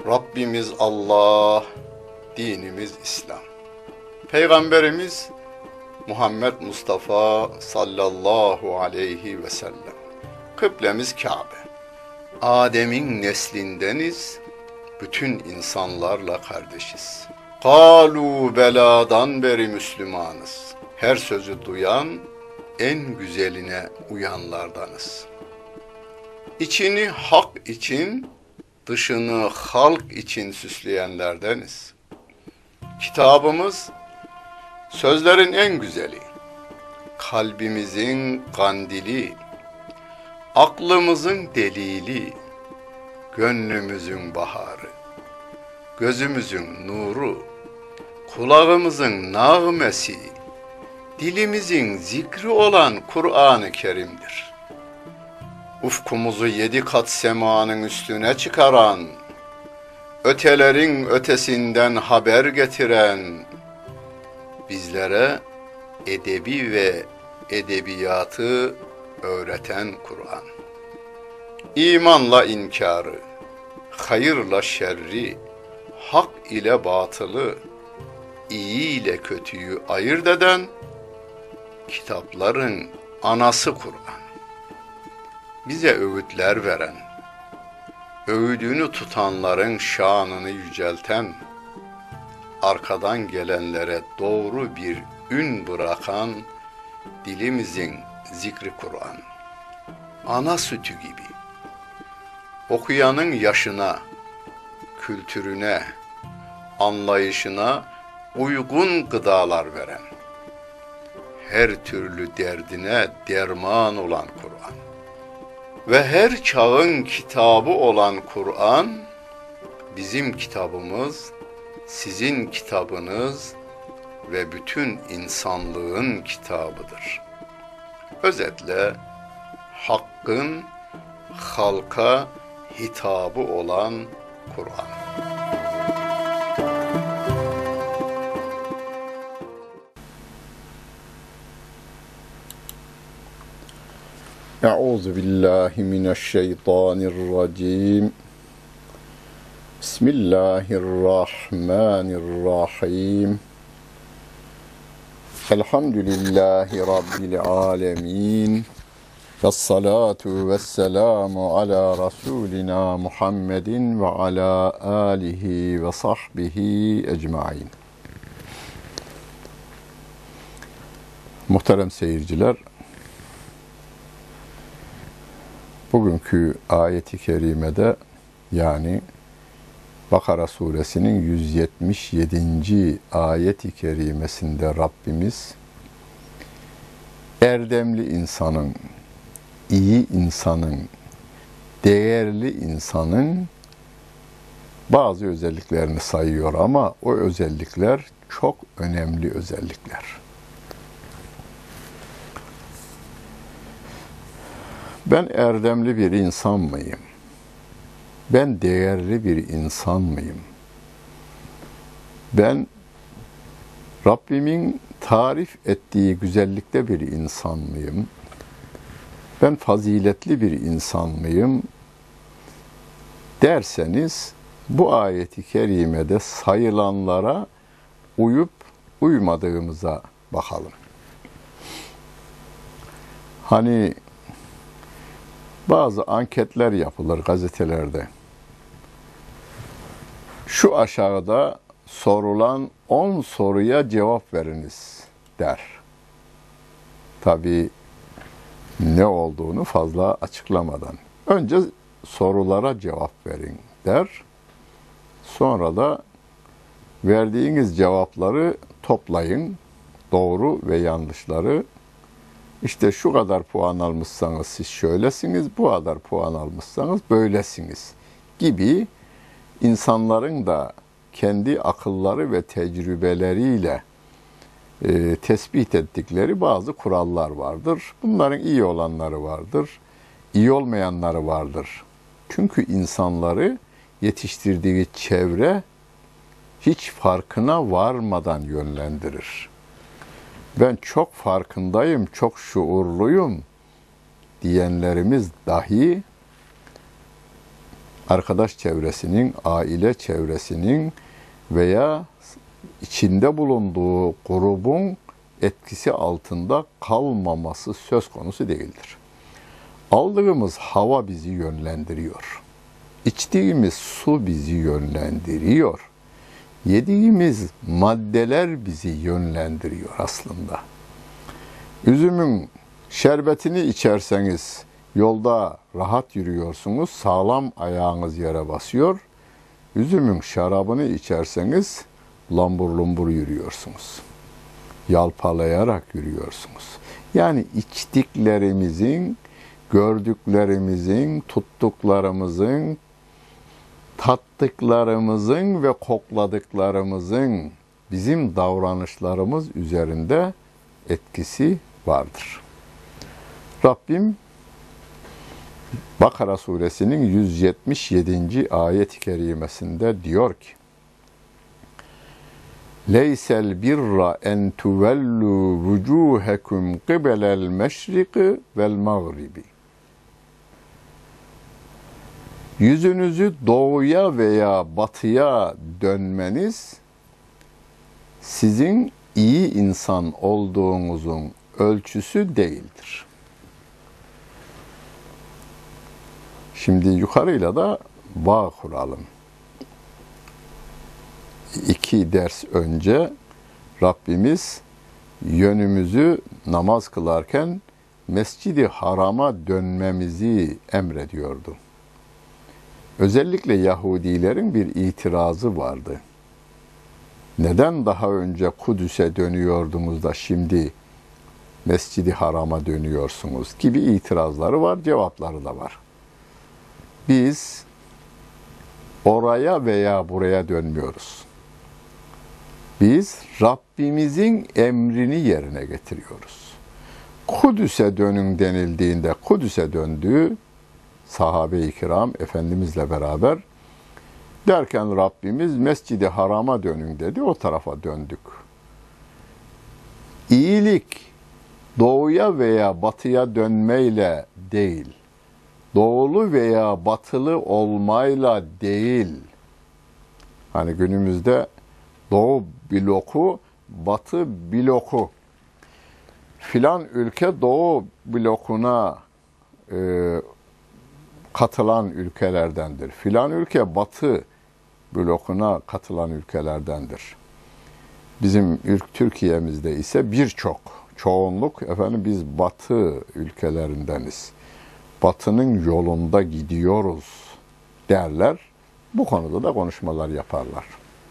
Rabbimiz Allah, dinimiz İslam. Peygamberimiz Muhammed Mustafa sallallahu aleyhi ve sellem. Kıblemiz Kabe. Adem'in neslindeniz, bütün insanlarla kardeşiz. Kalu beladan beri Müslümanız. Her sözü duyan, en güzeline uyanlardanız. İçini hak için, dışını halk için süsleyenlerdeniz. Kitabımız, sözlerin en güzeli, kalbimizin kandili, aklımızın delili, gönlümüzün baharı, gözümüzün nuru, kulağımızın nağmesi, dilimizin zikri olan Kur'an-ı Kerim'dir. Ufkumuzu 7 kat semanın üstüne çıkaran, ötelerin ötesinden haber getiren, bizlere edebi ve edebiyatı öğreten Kur'an. İmanla inkarı, hayırla şerri, hak ile batılı, iyi ile kötüyü ayırt eden kitapların anası Kur'an. Bize öğütler veren, öğüdünü tutanların şanını yücelten, arkadan gelenlere doğru bir ün bırakan dilimizin zikri Kur'an. Ana sütü gibi, okuyanın yaşına, kültürüne, anlayışına uygun gıdalar veren, her türlü derdine derman olan Kur'an ve her çağın kitabı olan Kur'an, bizim kitabımız, sizin kitabınız ve bütün insanlığın kitabıdır. Özetle hakkın halka hitabı olan Kur'an. Euzu billahi mineşşeytanirracim. Bismillahirrahmanirrahim. Elhamdülillahi Rabbil alemin. Vessalatu vesselamu ala Rasulina Muhammedin ve ala alihi ve sahbihi ecmain. Muhterem seyirciler, bugünkü ayeti kerimede, yani Bakara suresinin 177. ayeti kerimesinde Rabbimiz erdemli insanın, iyi insanın, değerli insanın bazı özelliklerini sayıyor ama o özellikler çok önemli özellikler. Ben erdemli bir insan mıyım? Ben değerli bir insan mıyım? Ben Rabbimin tarif ettiği güzellikte bir insan mıyım? Ben faziletli bir insan mıyım? Derseniz bu ayeti kerimede sayılanlara uyup uymadığımıza bakalım. Hani bazı anketler yapılır gazetelerde. Şu aşağıda sorulan 10 soruya cevap veriniz der. Tabii ne olduğunu fazla açıklamadan. Önce sorulara cevap verin der. Sonra da verdiğiniz cevapları toplayın. Doğru ve yanlışları. İşte şu kadar puan almışsanız siz şöylesiniz, bu kadar puan almışsanız böylesiniz gibi insanların da kendi akılları ve tecrübeleriyle tespit ettikleri bazı kurallar vardır. Bunların iyi olanları vardır, iyi olmayanları vardır. Çünkü insanları yetiştirdiği çevre hiç farkına varmadan yönlendirir. Ben çok farkındayım, çok şuurluyum diyenlerimiz dahi arkadaş çevresinin, aile çevresinin veya içinde bulunduğu grubun etkisi altında kalmaması söz konusu değildir. Aldığımız hava bizi yönlendiriyor. İçtiğimiz su bizi yönlendiriyor. Yediğimiz maddeler bizi yönlendiriyor aslında. Üzümün şerbetini içerseniz yolda rahat yürüyorsunuz, sağlam ayağınız yere basıyor. Üzümün şarabını içerseniz lambur lumbur yürüyorsunuz. Yalpalayarak yürüyorsunuz. Yani içtiklerimizin, gördüklerimizin, tuttuklarımızın, tattıklarımızın ve kokladıklarımızın bizim davranışlarımız üzerinde etkisi vardır. Rabbim Bakara suresinin 177. ayet-i kerimesinde diyor ki: Leysel birra en tuvellu vucuhekum qibelel meşriki vel mağribi. Yüzünüzü doğuya veya batıya dönmeniz sizin iyi insan olduğunuzun ölçüsü değildir. Şimdi yukarıyla da bağ kuralım. 2 ders önce Rabbimiz yönümüzü namaz kılarken Mescid-i Haram'a dönmemizi emrediyordu. Özellikle Yahudilerin bir itirazı vardı. Neden daha önce Kudüs'e dönüyordunuz da şimdi Mescid-i Haram'a dönüyorsunuz gibi itirazları var, cevapları da var. Biz oraya veya buraya dönmüyoruz. Biz Rabbimizin emrini yerine getiriyoruz. Kudüs'e dönün denildiğinde Kudüs'e döndü sahabe-i kiram Efendimizle beraber. Derken Rabbimiz Mescid-i Haram'a dönün dedi, o tarafa döndük. İyilik doğuya veya batıya dönmeyle değil, doğulu veya batılı olmayla değil. Hani günümüzde doğu bloku, batı bloku. Filan ülke doğu blokuna katılan ülkelerdendir. Filan ülke batı blokuna katılan ülkelerdendir. Bizim Türkiye'mizde ise birçok, çoğunluk biz batı ülkelerindeniz. Batının yolunda gidiyoruz derler. Bu konuda da konuşmalar yaparlar.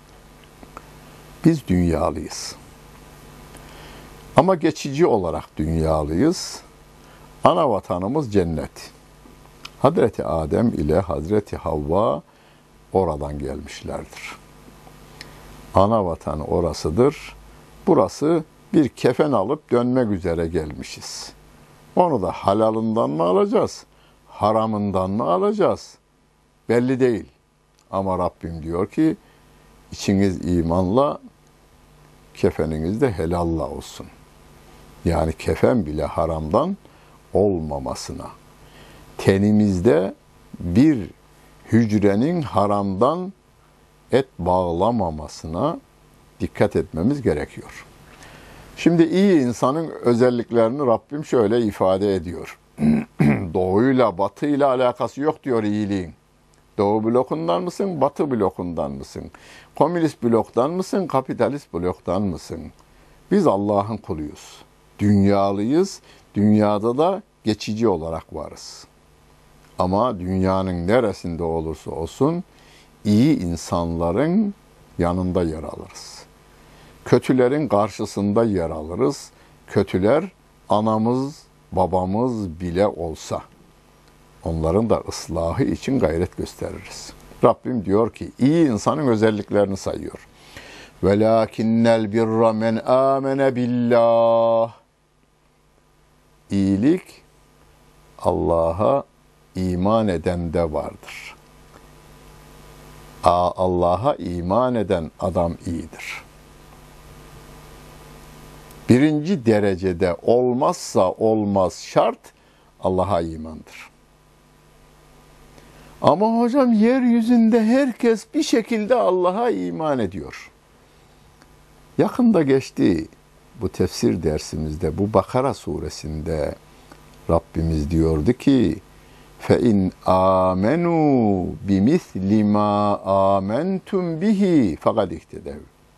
Biz dünyalıyız. Ama geçici olarak dünyalıyız. Ana vatanımız cennet. Hazreti Adem ile Hazreti Havva oradan gelmişlerdir. Ana vatan orasıdır. Burası bir kefen alıp dönmek üzere gelmişiz. Onu da halalından mı alacağız, haramından mı alacağız? Belli değil. Ama Rabbim diyor ki, içiniz imanla, kefeniniz de helalla olsun. Yani kefen bile haramdan olmamasına, tenimizde bir hücrenin haramdan et bağlamamasına dikkat etmemiz gerekiyor. Şimdi iyi insanın özelliklerini Rabbim şöyle ifade ediyor. Doğuyla, batıyla alakası yok diyor iyiliğin. Doğu blokundan mısın, batı blokundan mısın? Komünist bloktan mısın, kapitalist bloktan mısın? Biz Allah'ın kuluyuz. Dünyalıyız. Dünyada da geçici olarak varız. Ama dünyanın neresinde olursa olsun iyi insanların yanında yer alırız. Kötülerin karşısında yer alırız. Kötüler anamız, babamız bile olsa onların da ıslahı için gayret gösteririz. Rabbim diyor ki iyi insanın özelliklerini sayıyor. Velakinnel birra men amene billah. İyilik Allah'a iman edende vardır. Allah'a iman eden adam iyidir. Birinci derecede olmazsa olmaz şart Allah'a imandır. Ama hocam yeryüzünde herkes bir şekilde Allah'a iman ediyor. Yakında geçti bu tefsir dersimizde, bu Bakara suresinde Rabbimiz diyordu ki فَاِنْ آمَنُوا بِمِثْلِ مَا آمَنْتُمْ بِهِ فَقَدْ اِهْتَدَوْا.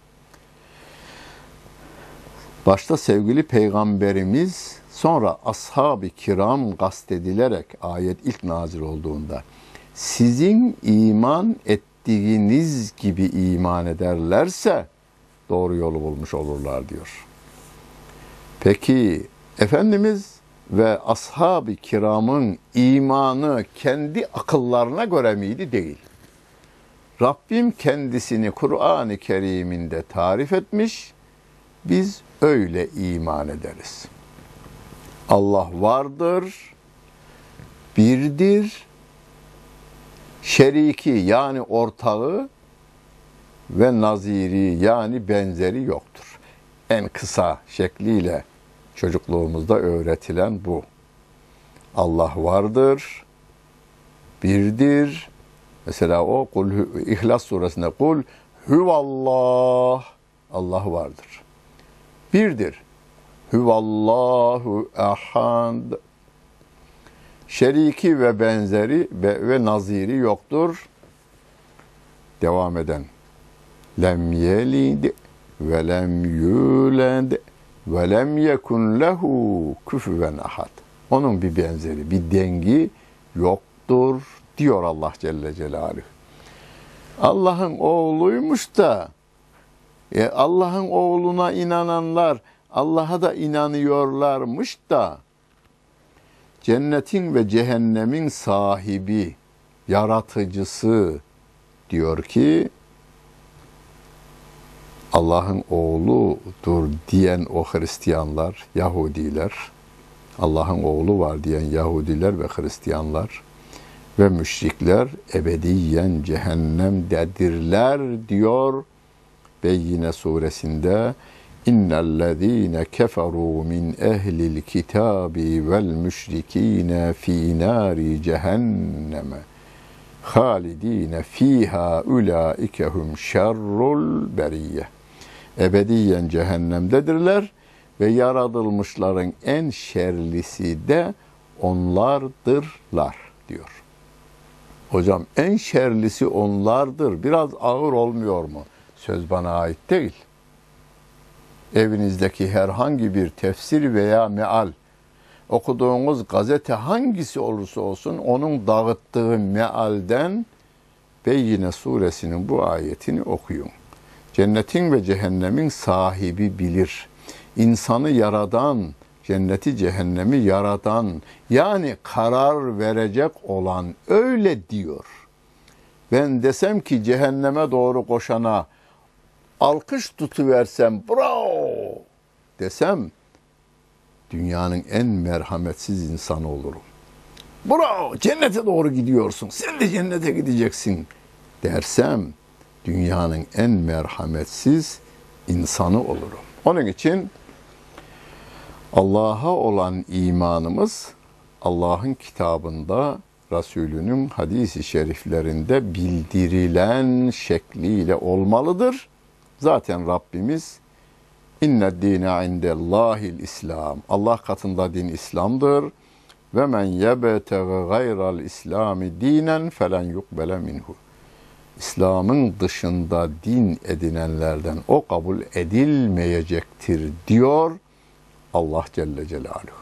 Başta sevgili Peygamberimiz, sonra ashab-ı kiram kastedilerek ayet ilk nazil olduğunda sizin iman ettiğiniz gibi iman ederlerse doğru yolu bulmuş olurlar diyor. Peki Efendimiz ve ashab-ı kiramın imanı kendi akıllarına göre miydi? Değil. Rabbim kendisini Kur'an-ı Kerim'inde tarif etmiş, biz öyle iman ederiz. Allah vardır, birdir, şeriki yani ortağı ve naziri yani benzeri yoktur. En kısa şekliyle çocukluğumuzda öğretilen bu. Allah vardır, birdir. Mesela o İhlas suresinde kul huvallah, Allah vardır. Birdir. Huvallahu ahad. Şeriki ve benzeri ve naziri yoktur. Devam eden. Lem yelid ve lem yulad ve lem yekun lehu küfüven ahad. Onun bir benzeri, bir dengi yoktur diyor Allah Celle Celaluhu. Allah'ın oğluymuş da Allah'ın oğluna inananlar Allah'a da inanıyorlarmış da cennetin ve cehennemin sahibi, yaratıcısı diyor ki Allah'ın oğludur diyen o Hristiyanlar, Yahudiler, Allah'ın oğlu var diyen Yahudiler ve Hristiyanlar ve müşrikler ebediyen cehennemdedirler diyor Beyyine suresinde. İnnellezîne keferû min ehlil kitâbi vel müşrikîne fî nâri cehenneme halidîne fîhâ ulâikehum şerrul beriyye. Ebediyen cehennemdedirler ve yaratılmışların en şerlisi de onlardırlar diyor. Hocam en şerlisi onlardır. Biraz ağır olmuyor mu? Söz bana ait değil. Evinizdeki herhangi bir tefsir veya meal, okuduğunuz gazete hangisi olursa olsun onun dağıttığı mealden Beyyine suresinin bu ayetini okuyun. Cennetin ve cehennemin sahibi bilir. İnsanı yaradan, cenneti cehennemi yaradan, yani karar verecek olan öyle diyor. Ben desem ki cehenneme doğru koşana alkış tutuversem, bravo desem, dünyanın en merhametsiz insanı olurum. Bravo, cennete doğru gidiyorsun, sen de cennete gideceksin dersem, dünyanın en merhametsiz insanı olurum. Onun için Allah'a olan imanımız, Allah'ın kitabında, Resulünün hadis-i şeriflerinde bildirilen şekliyle olmalıdır. Zaten Rabbimiz İnned dîne indellâhil İslam. Allah katında din İslam'dır. Ve men yebtegi gayral İslami dinen felen yukbele minhu. İslam'ın dışında din edinenlerden o kabul edilmeyecektir diyor Allah Celle Celaluhu.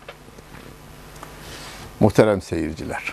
Muhterem seyirciler,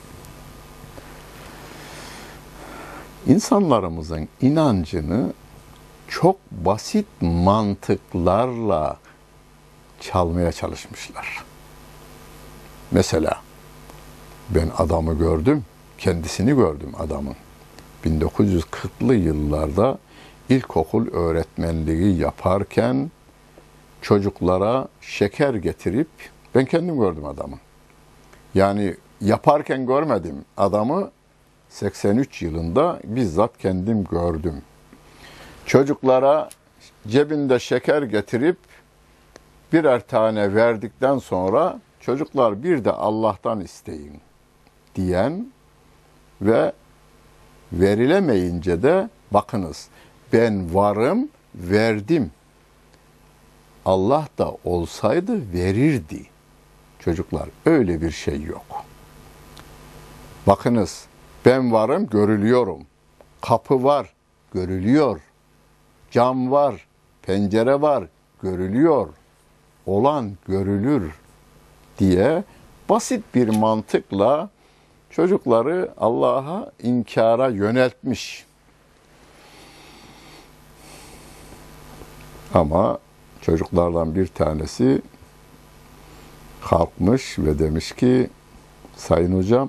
insanlarımızın inancını çok basit mantıklarla çalmaya çalışmışlar. Mesela ben adamı gördüm, kendisini gördüm adamın. 1940'lı yıllarda ilkokul öğretmenliği yaparken çocuklara şeker getirip, ben kendim gördüm adamı. Yani yaparken görmedim adamı, 83 yılında bizzat kendim gördüm. Çocuklara cebinde şeker getirip birer tane verdikten sonra çocuklar bir de Allah'tan isteyin diyen ve verilemeyince de bakınız ben varım, verdim. Allah da olsaydı verirdi. Çocuklar öyle bir şey yok. Bakınız ben varım, görülüyorum. Kapı var, görülüyor. Cam var, pencere var, görülüyor. Olan görülür diye basit bir mantıkla çocukları Allah'a inkara yöneltmiş. Ama çocuklardan bir tanesi kalkmış ve demiş ki sayın hocam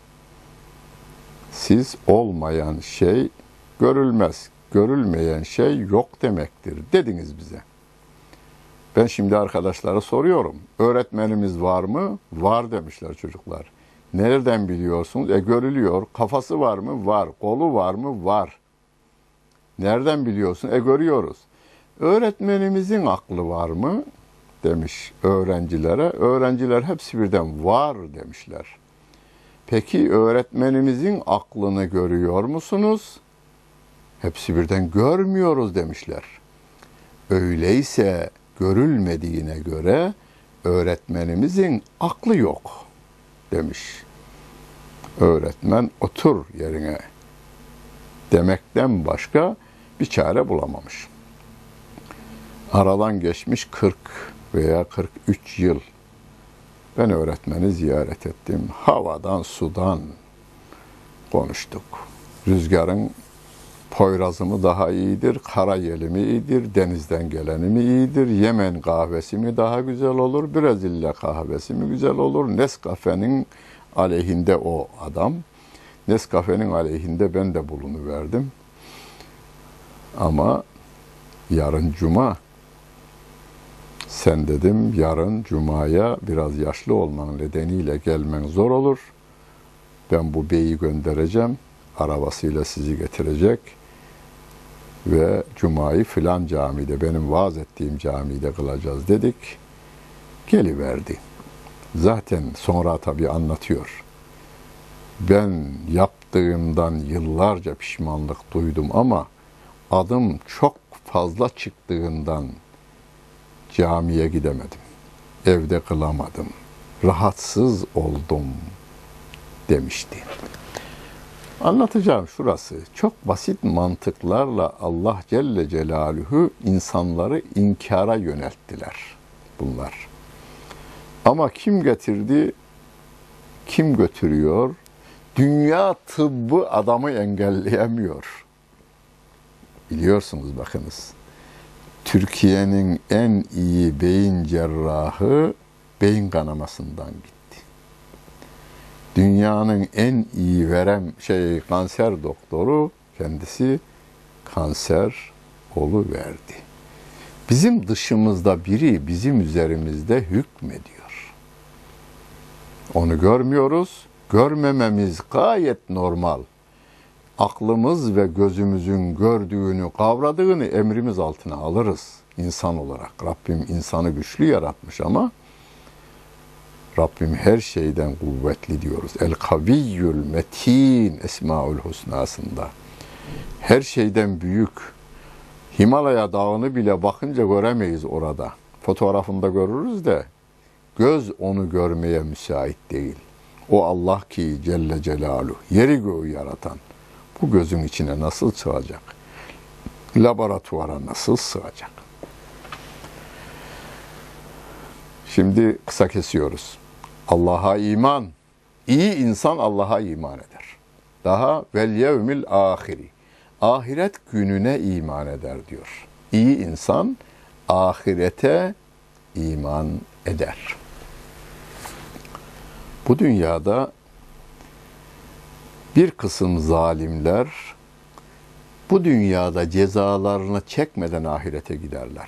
siz olmayan şey görülmez, görülmeyen şey yok demektir dediniz bize. Ben şimdi arkadaşlara soruyorum. Öğretmenimiz var mı? Var demişler çocuklar. Nereden biliyorsunuz? Görülüyor. Kafası var mı? Var. Kolu var mı? Var. Nereden biliyorsun? Görüyoruz. Öğretmenimizin aklı var mı? Demiş öğrencilere. Öğrenciler hepsi birden var demişler. Peki öğretmenimizin aklını görüyor musunuz? Hepsi birden görmüyoruz demişler. Öyleyse görülmediğine göre öğretmenimizin aklı yok demiş. Öğretmen otur yerine demekten başka bir çare bulamamış. Aradan geçmiş 40 veya 43 yıl. Ben öğretmeni ziyaret ettim. Havadan sudan konuştuk. Rüzgarın Poyraz'ı mı daha iyidir, Karayeli mi iyidir, denizden geleni mi iyidir, Yemen kahvesi mi daha güzel olur, Brezilya kahvesi mi güzel olur, Nescafe'nin aleyhinde o adam. Nescafe'nin aleyhinde ben de bulunuverdim. Ama yarın cuma, sen dedim yarın cumaya biraz yaşlı olman nedeniyle gelmen zor olur. Ben bu beyi göndereceğim, arabasıyla sizi getirecek. Ve cumayı filan camide, benim vaaz ettiğim camide kılacağız dedik. Geliverdi. Zaten sonra tabii anlatıyor. Ben yaptığımdan yıllarca pişmanlık duydum ama adım çok fazla çıktığından camiye gidemedim. Evde kılamadım. Rahatsız oldum demişti. Anlatacağım şurası. Çok basit mantıklarla Allah Celle Celaluhu insanları inkara yönelttiler bunlar. Ama kim getirdi, kim götürüyor? Dünya tıbbı adamı engelleyemiyor. Biliyorsunuz bakınız. Türkiye'nin en iyi beyin cerrahı beyin kanamasından gitti. Dünyanın en iyi kanser doktoru kendisi kanser oluverdi. Bizim dışımızda biri bizim üzerimizde hükmediyor. Onu görmüyoruz. Görmememiz gayet normal. Aklımız ve gözümüzün gördüğünü, kavradığını emrimiz altına alırız insan olarak. Rabbim insanı güçlü yaratmış ama Rabbim her şeyden kuvvetli diyoruz. El-Kaviyyül Metin Esmaül Husna'sında. Her şeyden büyük. Himalaya dağını bile bakınca göremeyiz orada. Fotoğrafında görürüz de göz onu görmeye müsait değil. O Allah ki Celle Celaluhu yeri göğü yaratan bu gözün içine nasıl sığacak? Laboratuvara nasıl sığacak? Şimdi kısa kesiyoruz. Allah'a iman. İyi insan Allah'a iman eder. Daha vel yevmil ahiri. Ahiret gününe iman eder diyor. İyi insan ahirete iman eder. Bu dünyada bir kısım zalimler bu dünyada cezalarını çekmeden ahirete giderler.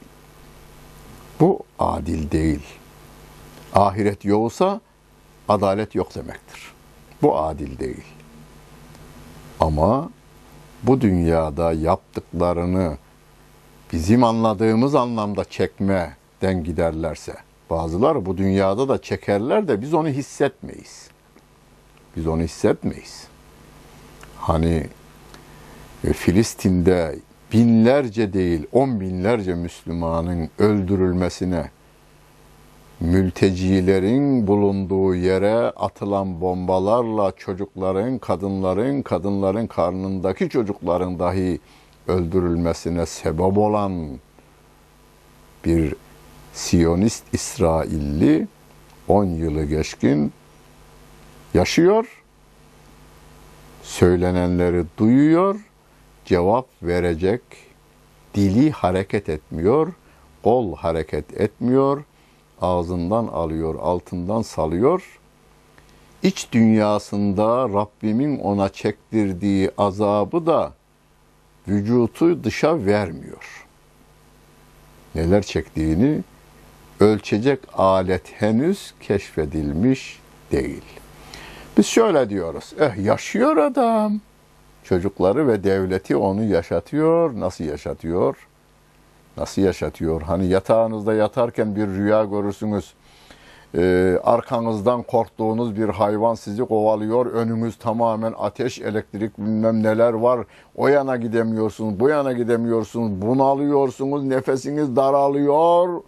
Bu adil değil. Ahiret yoksa adalet yok demektir. Bu adil değil. Ama bu dünyada yaptıklarını bizim anladığımız anlamda çekmeden giderlerse, bazıları bu dünyada da çekerler de biz onu hissetmeyiz. Biz onu hissetmeyiz. Hani Filistin'de binlerce değil 10 binlerce Müslümanın öldürülmesine, mültecilerin bulunduğu yere atılan bombalarla çocukların, kadınların karnındaki çocukların dahi öldürülmesine sebep olan bir Siyonist İsrailli 10 yılı geçkin yaşıyor, söylenenleri duyuyor, cevap verecek dili hareket etmiyor, kol hareket etmiyor, ağzından alıyor, altından salıyor. İç dünyasında Rabbimin ona çektirdiği azabı da vücutu dışa vermiyor. Neler çektiğini ölçecek alet henüz keşfedilmiş değil. Biz şöyle diyoruz, yaşıyor adam. Çocukları ve devleti onu yaşatıyor. Nasıl yaşatıyor? Nasıl yaşatıyor? Hani yatağınızda yatarken bir rüya görürsünüz. Arkanızdan korktuğunuz bir hayvan sizi kovalıyor. Önünüz tamamen ateş, elektrik bilmem neler var. O yana gidemiyorsunuz, bu yana gidemiyorsunuz. Bunalıyorsunuz, nefesiniz daralıyor.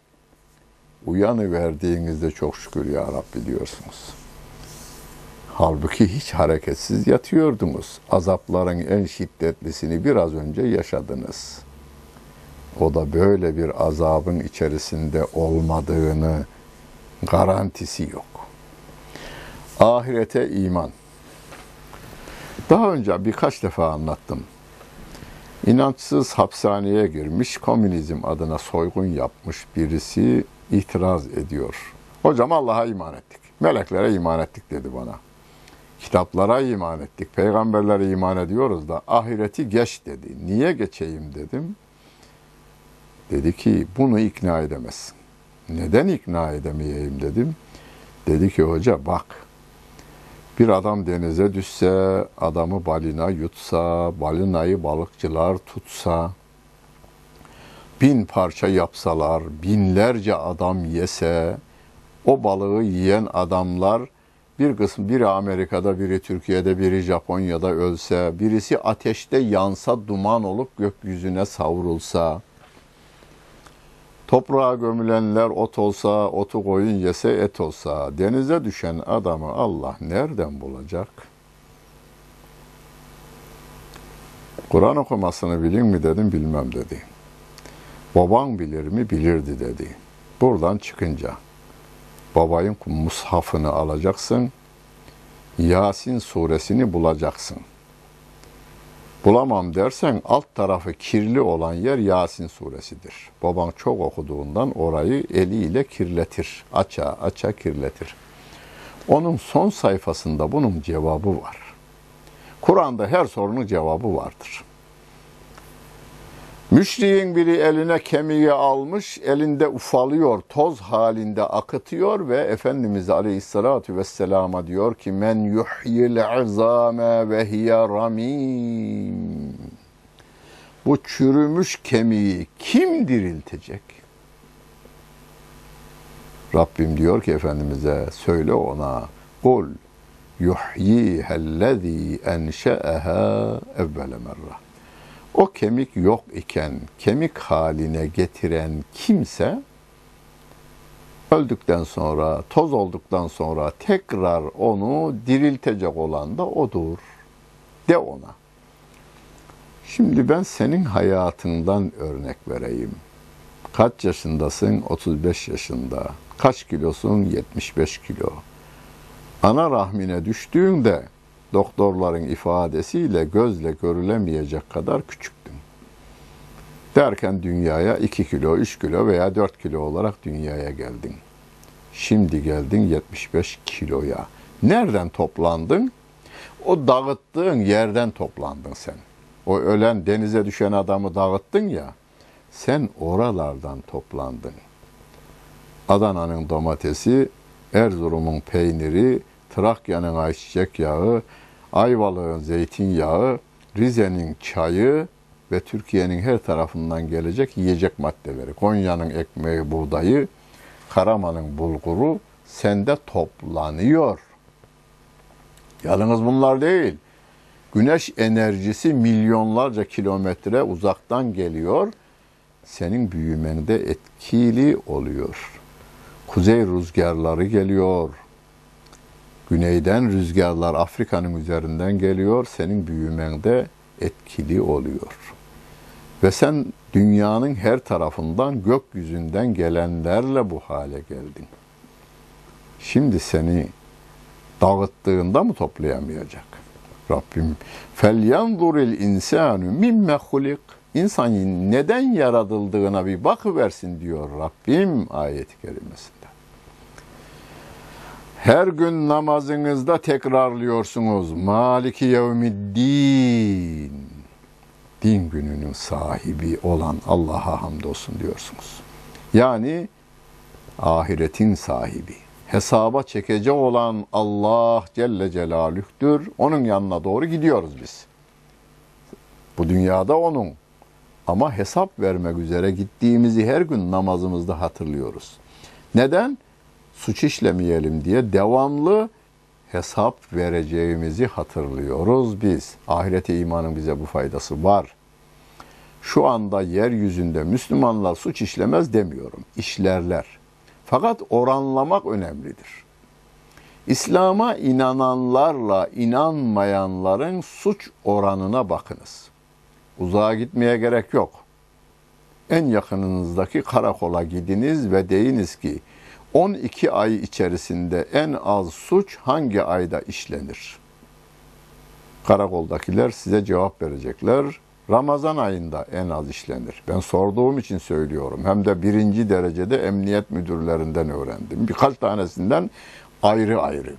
Uyanıverdiğinizde çok şükür ya Rabbi diyorsunuz. Halbuki hiç hareketsiz yatıyordunuz. Azapların en şiddetlisini biraz önce yaşadınız. O da böyle bir azabın içerisinde olmadığını garantisi yok. Ahirete iman. Daha önce birkaç defa anlattım. İnançsız hapishaneye girmiş, komünizm adına soygun yapmış birisi itiraz ediyor. Hocam Allah'a iman ettik, meleklere iman ettik dedi bana. Kitaplara iman ettik, peygamberlere iman ediyoruz da ahireti geç dedi. Niye geçeyim dedim. Dedi ki bunu ikna edemezsin. Neden ikna edemeyeyim dedim. Dedi ki hoca bak, bir adam denize düşse, adamı balina yutsa, balinayı balıkçılar tutsa, 1000 parça yapsalar, binlerce adam yese, o balığı yiyen adamlar bir kısmı, biri Amerika'da, biri Türkiye'de, biri Japonya'da ölse, birisi ateşte yansa, duman olup gökyüzüne savrulsa, toprağa gömülenler ot olsa, otu koyun yese et olsa, denize düşen adamı Allah nereden bulacak? Kur'an okumasını bilin mi dedim, bilmem dedi. Baban bilir mi? Bilirdi dedi. Buradan çıkınca babayın mushafını alacaksın, Yasin suresini bulacaksın. Bulamam dersen alt tarafı kirli olan yer Yasin suresidir. Baban çok okuduğundan orayı eliyle kirletir. Aça kirletir. Onun son sayfasında bunun cevabı var. Kur'an'da her sorunun cevabı vardır. Müşriğin biri eline kemiği almış, elinde ufalıyor, toz halinde akıtıyor ve Efendimiz Aleyhisselatü Vesselam'a diyor ki men yuhyil azame ve hiye ramim. Bu çürümüş kemiği kim diriltecek? Rabbim diyor ki Efendimiz'e söyle ona kul yuhyihellezî enşe'eha evvele merra. O kemik yok iken kemik haline getiren kimse öldükten sonra, toz olduktan sonra tekrar onu diriltecek olan da odur. De ona. Şimdi ben senin hayatından örnek vereyim. Kaç yaşındasın? 35 yaşında. Kaç kilosun? 75 kilo. Ana rahmine düştüğünde doktorların ifadesiyle gözle görülemeyecek kadar küçüktün. Derken dünyaya 2 kilo, 3 kilo veya 4 kilo olarak dünyaya geldin. Şimdi geldin 75 kiloya. Nereden toplandın? O dağıttığın yerden toplandın sen. O ölen, denize düşen adamı dağıttın ya, sen oralardan toplandın. Adana'nın domatesi, Erzurum'un peyniri, Trakya'nın ayçiçek yağı, Ayvalık'ın zeytinyağı, Rize'nin çayı ve Türkiye'nin her tarafından gelecek yiyecek maddeleri, Konya'nın ekmeği, buğdayı, Karaman'ın bulguru sende toplanıyor. Yalnız bunlar değil. Güneş enerjisi milyonlarca kilometre uzaktan geliyor. Senin büyümende etkili oluyor. Kuzey rüzgarları geliyor. Güneyden rüzgarlar Afrika'nın üzerinden geliyor. Senin büyümende etkili oluyor. Ve sen dünyanın her tarafından, gökyüzünden gelenlerle bu hale geldin. Şimdi seni dağıttığında mı toplayamayacak? Rabbim فَلْيَنْظُرِ الْاِنْسَانُ مِمَّ خُلِقٍ İnsanın neden yaratıldığına bir bakıversin diyor Rabbim ayet-i kerimesinde. Her gün namazınızda tekrarlıyorsunuz. Maliki yevmiddin. Din gününün sahibi olan Allah'a hamdolsun diyorsunuz. Yani ahiretin sahibi. Hesaba çekecek olan Allah Celle Celaluh'tür. Onun yanına doğru gidiyoruz biz. Bu dünyada onun. Ama hesap vermek üzere gittiğimizi her gün namazımızda hatırlıyoruz. Neden? Suç işlemeyelim diye devamlı hesap vereceğimizi hatırlıyoruz biz. Ahirete imanın bize bu faydası var. Şu anda yeryüzünde Müslümanlar suç işlemez demiyorum. İşlerler. Fakat oranlamak önemlidir. İslam'a inananlarla inanmayanların suç oranına bakınız. Uzağa gitmeye gerek yok. En yakınınızdaki karakola gidiniz ve deyiniz ki 12 ay içerisinde en az suç hangi ayda işlenir? Karakoldakiler size cevap verecekler. Ramazan ayında en az işlenir. Ben sorduğum için söylüyorum. Hem de 1. derecede emniyet müdürlerinden öğrendim. Birkaç tanesinden ayrı ayrı.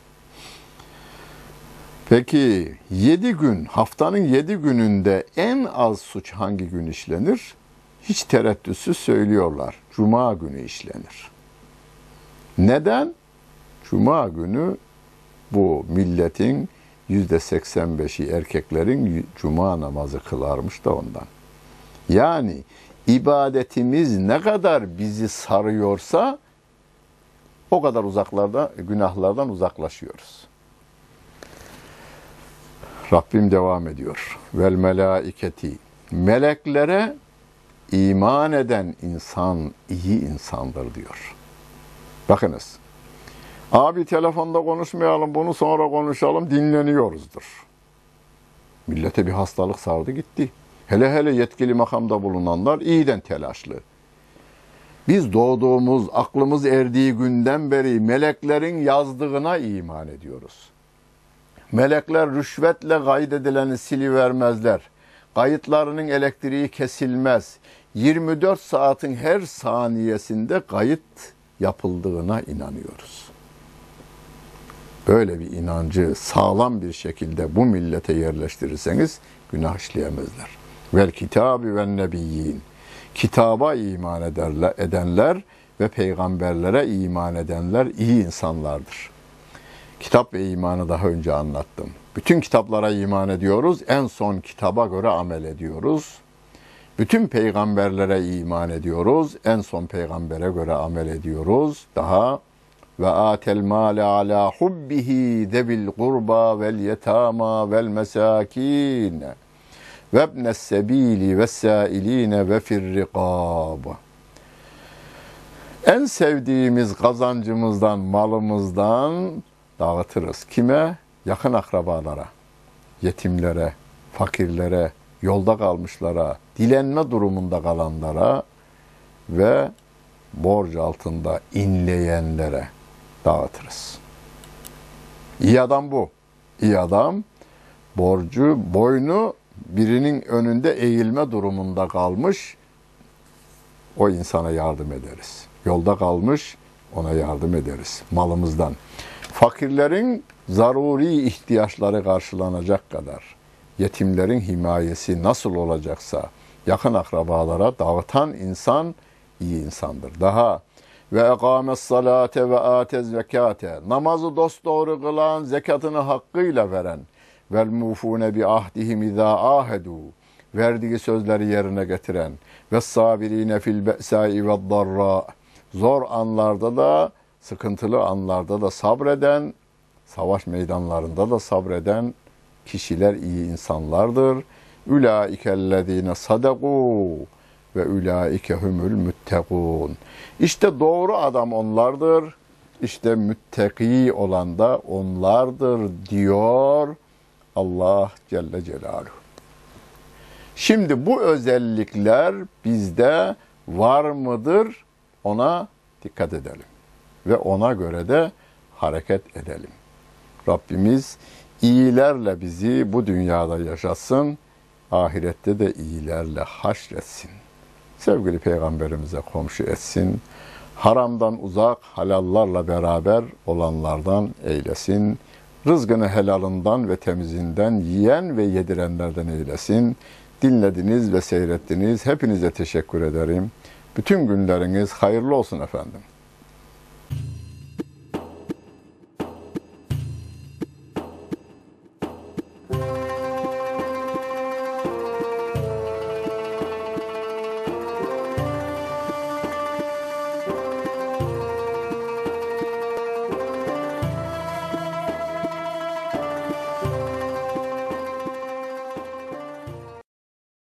Peki 7 gün, haftanın 7 gününde en az suç hangi gün işlenir? Hiç tereddütsüz söylüyorlar. Cuma günü işlenir. Neden? Cuma günü bu milletin %85'i erkeklerin cuma namazı kılarmış da ondan. Yani ibadetimiz ne kadar bizi sarıyorsa o kadar günahlardan uzaklaşıyoruz. Rabbim devam ediyor. Vel melaiketi. Meleklere iman eden insan iyi insandır diyor. Bakınız. Abi telefonda konuşmayalım, bunu sonra konuşalım, dinleniyoruzdur. Millete bir hastalık sardı gitti. Hele hele yetkili makamda bulunanlar iyiden telaşlı. Biz doğduğumuz, aklımız erdiği günden beri meleklerin yazdığına iman ediyoruz. Melekler rüşvetle kaydedileni silivermezler. Kayıtlarının elektriği kesilmez. 24 saatin her saniyesinde kayıt yapıldığına inanıyoruz. Böyle bir inancı sağlam bir şekilde bu millete yerleştirirseniz günah işleyemezler. Vel kitabi ve nebiyyin. Kitaba iman edenler ve peygamberlere iman edenler iyi insanlardır. Kitap ve imanı daha önce anlattım. Bütün kitaplara iman ediyoruz. En son kitaba göre amel ediyoruz. Bütün peygamberlere iman ediyoruz. En son peygambere göre amel ediyoruz. Daha ve atel male ala hubbihi zebil kurba vel yetama vel mesakin ve ibnes sebili ve sailine ve firriqab. En sevdiğimiz kazancımızdan, malımızdan dağıtırız. Kime? Yakın akrabalara, yetimlere, fakirlere, yolda kalmışlara, dilenme durumunda kalanlara ve borç altında inleyenlere dağıtırız. İyi adam bu. İyi adam boynu birinin önünde eğilme durumunda kalmış, o insana yardım ederiz. Yolda kalmış, ona yardım ederiz malımızdan. Fakirlerin zaruri ihtiyaçları karşılanacak kadar, yetimlerin himayesi nasıl olacaksa yakın akrabalara dağıtan insan iyi insandır. Daha ve ekâmes salate ve âtez zekâte, namazı dosdoğru kılan, zekatını hakkıyla veren, vel mufûne bi ahdihim izâ âhedû, verdiği sözleri yerine getiren, ve sabirine fil be'sâi ve darrâ, zor anlarda da, sıkıntılı anlarda da sabreden, savaş meydanlarında da sabreden kişiler iyi insanlardır. Ulaikellezine sadaku ve ulaike humul muttekun. İşte doğru adam onlardır. İşte müttaki olan da onlardır diyor Allah Celle Celaluhu. Şimdi bu özellikler bizde var mıdır? Ona dikkat edelim. Ve ona göre de hareket edelim. Rabbimiz iyilerle bizi bu dünyada yaşatsın, ahirette de iyilerle haşretsin. Sevgili Peygamberimize komşu etsin. Haramdan uzak, halallarla beraber olanlardan eylesin. Rızkını helalından ve temizinden yiyen ve yedirenlerden eylesin. Dinlediniz ve seyrettiniz. Hepinize teşekkür ederim. Bütün günleriniz hayırlı olsun efendim.